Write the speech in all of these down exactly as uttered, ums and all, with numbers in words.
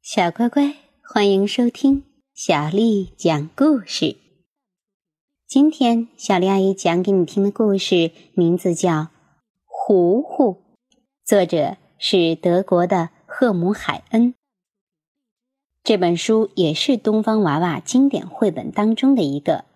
小乖乖，欢迎收听小丽讲故事。今天小丽阿姨讲给你听的故事名字叫《糊糊》，作者是德国的赫姆海恩。这本书也是东方娃娃经典绘本当中的一个。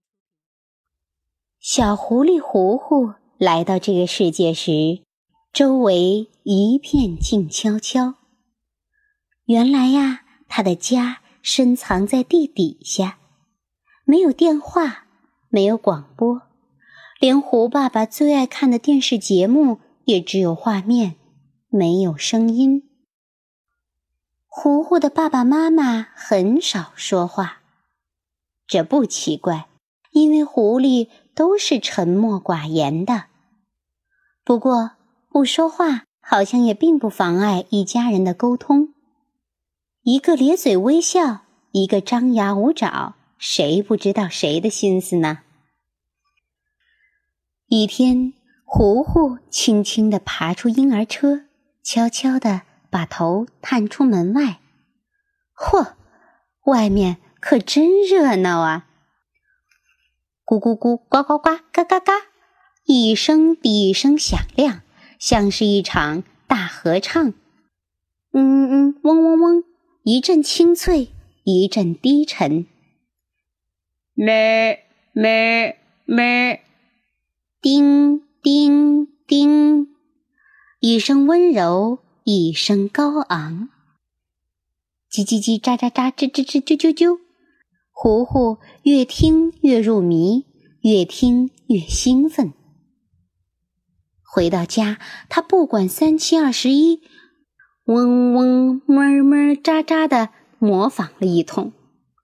小狐狸糊糊来到这个世界时，周围一片静悄悄。原来呀，他的家深藏在地底下，没有电话，没有广播，连胡爸爸最爱看的电视节目也只有画面，没有声音。糊糊的爸爸妈妈很少说话，这不奇怪，因为狐狸都是沉默寡言的。不过不说话好像也并不妨碍一家人的沟通。一个咧嘴微笑，一个张牙舞爪，谁不知道谁的心思呢？一天，糊糊轻轻地爬出婴儿车，悄悄地把头探出门外。嚯，外面可真热闹啊！咕咕咕，呱呱呱，嘎嘎嘎，一声比一声响亮，像是一场大合唱。嗯嗯，嗡嗡嗡，一阵清脆，一阵低沉。 咩咩咩， 叮叮叮，一声温柔，一声高昂。叽叽叽，喳喳喳，吱吱吱，啾啾啾。糊糊越听越入迷，越听越兴奋。回到家，他不管三七二十一，嗡嗡么么喳喳地模仿了一通。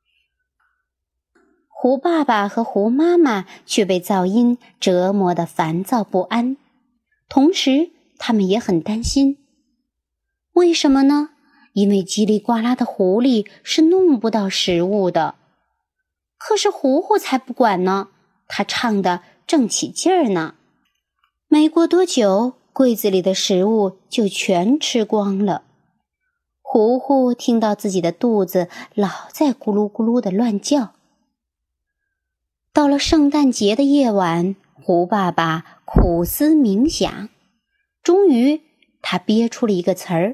胡爸爸和胡妈妈却被噪音折磨得烦躁不安，同时他们也很担心。为什么呢？因为叽里呱啦的狐狸是弄不到食物的。可是糊糊才不管呢，他唱得正起劲儿呢。没过多久，柜子里的食物就全吃光了。糊糊听到自己的肚子老在咕噜咕噜地乱叫。到了圣诞节的夜晚，胡爸爸苦思冥想，终于他憋出了一个词儿：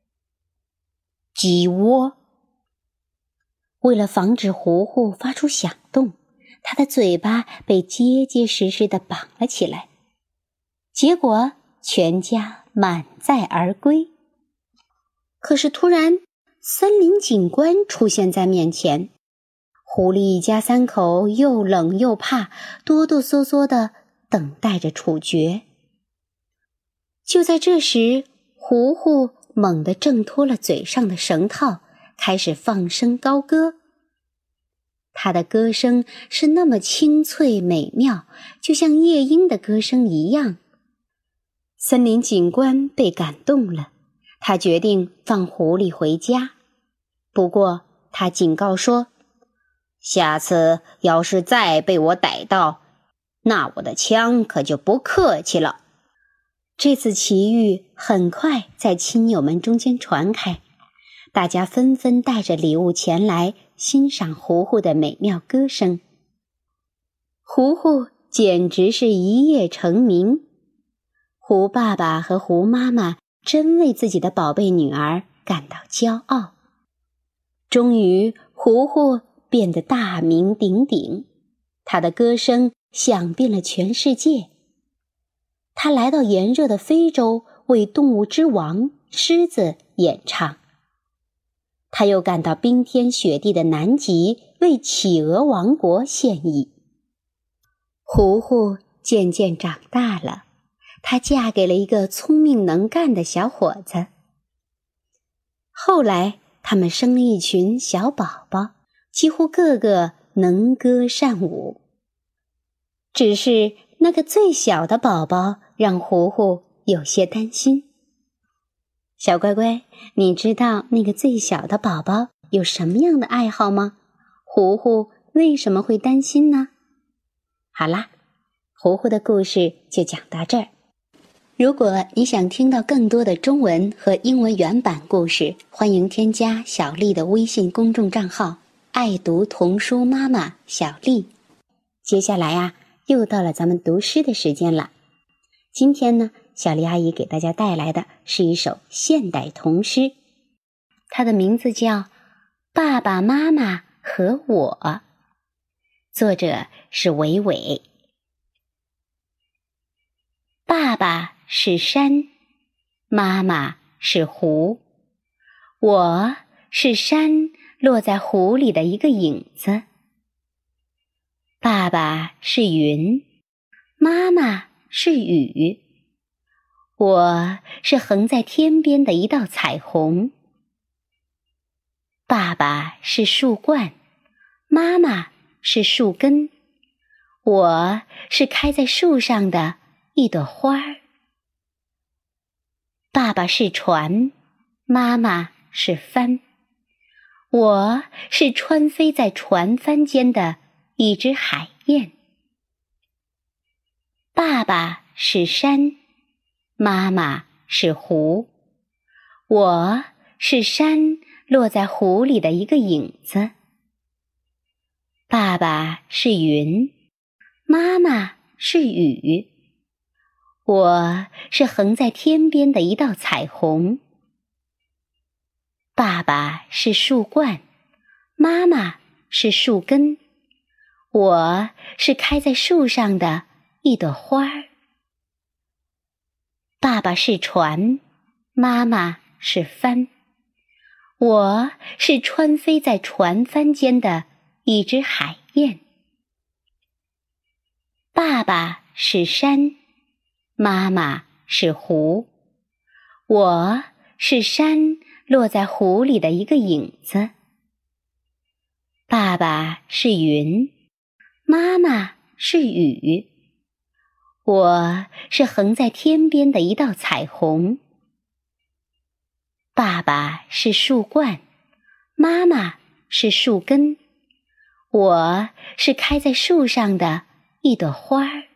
鸡窝。为了防止糊糊发出响动，他的嘴巴被结结实实地绑了起来。结果全家满载而归。可是突然，森林警官出现在面前。狐狸一家三口又冷又怕，哆哆嗦嗦地等待着处决。就在这时，糊糊猛地挣脱了嘴上的绳套，开始放声高歌。他的歌声是那么清脆美妙，就像夜莺的歌声一样。森林警官被感动了，他决定放狐狸回家。不过他警告说，下次要是再被我逮到，那我的枪可就不客气了。这次奇遇很快在亲友们中间传开，大家纷纷带着礼物前来欣赏糊糊的美妙歌声。糊糊简直是一夜成名。胡爸爸和胡妈妈真为自己的宝贝女儿感到骄傲。终于，糊糊变得大名鼎鼎，他的歌声响遍了全世界。他来到炎热的非洲，为动物之王狮子演唱。他又赶到冰天雪地的南极，为企鹅王国献艺。糊糊渐渐长大了，她嫁给了一个聪明能干的小伙子。后来他们生了一群小宝宝，几乎个个能歌善舞。只是那个最小的宝宝让糊糊有些担心。小乖乖，你知道那个最小的宝宝有什么样的爱好吗？糊糊为什么会担心呢？好啦，糊糊的故事就讲到这儿。 如果你想听到更多的中文和英文原版故事，欢迎添加小丽的微信公众账号爱读童书妈妈小丽。接下来啊，又到了咱们读诗的时间了。今天呢，小丽阿姨给大家带来的是一首现代童诗，它的名字叫《爸爸妈妈和我》，作者是韦韦。爸爸是山，妈妈是湖，我是山落在湖里的一个影子。爸爸是云，妈妈是雨，我是横在天边的一道彩虹。爸爸是树冠，妈妈是树根，我是开在树上的一朵花儿。爸爸是船，妈妈是帆，我是穿飞在船帆间的一只海燕。爸爸是山，妈妈是湖，我是山落在湖里的一个影子。爸爸是云，妈妈是雨，我是横在天边的一道彩虹。爸爸是树冠，妈妈是树根，我是开在树上的一朵花儿。爸爸是船，妈妈是帆，我是穿飞在船帆间的一只海燕。爸爸是山，妈妈是湖，我是山落在湖里的一个影子。爸爸是云，妈妈是雨，我是横在天边的一道彩虹。爸爸是树冠，妈妈是树根，我是开在树上的一朵花儿。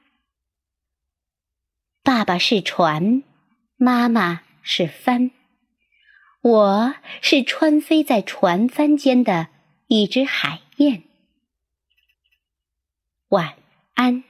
爸爸是船，妈妈是帆，我是穿飞在船帆间的一只海燕。晚安。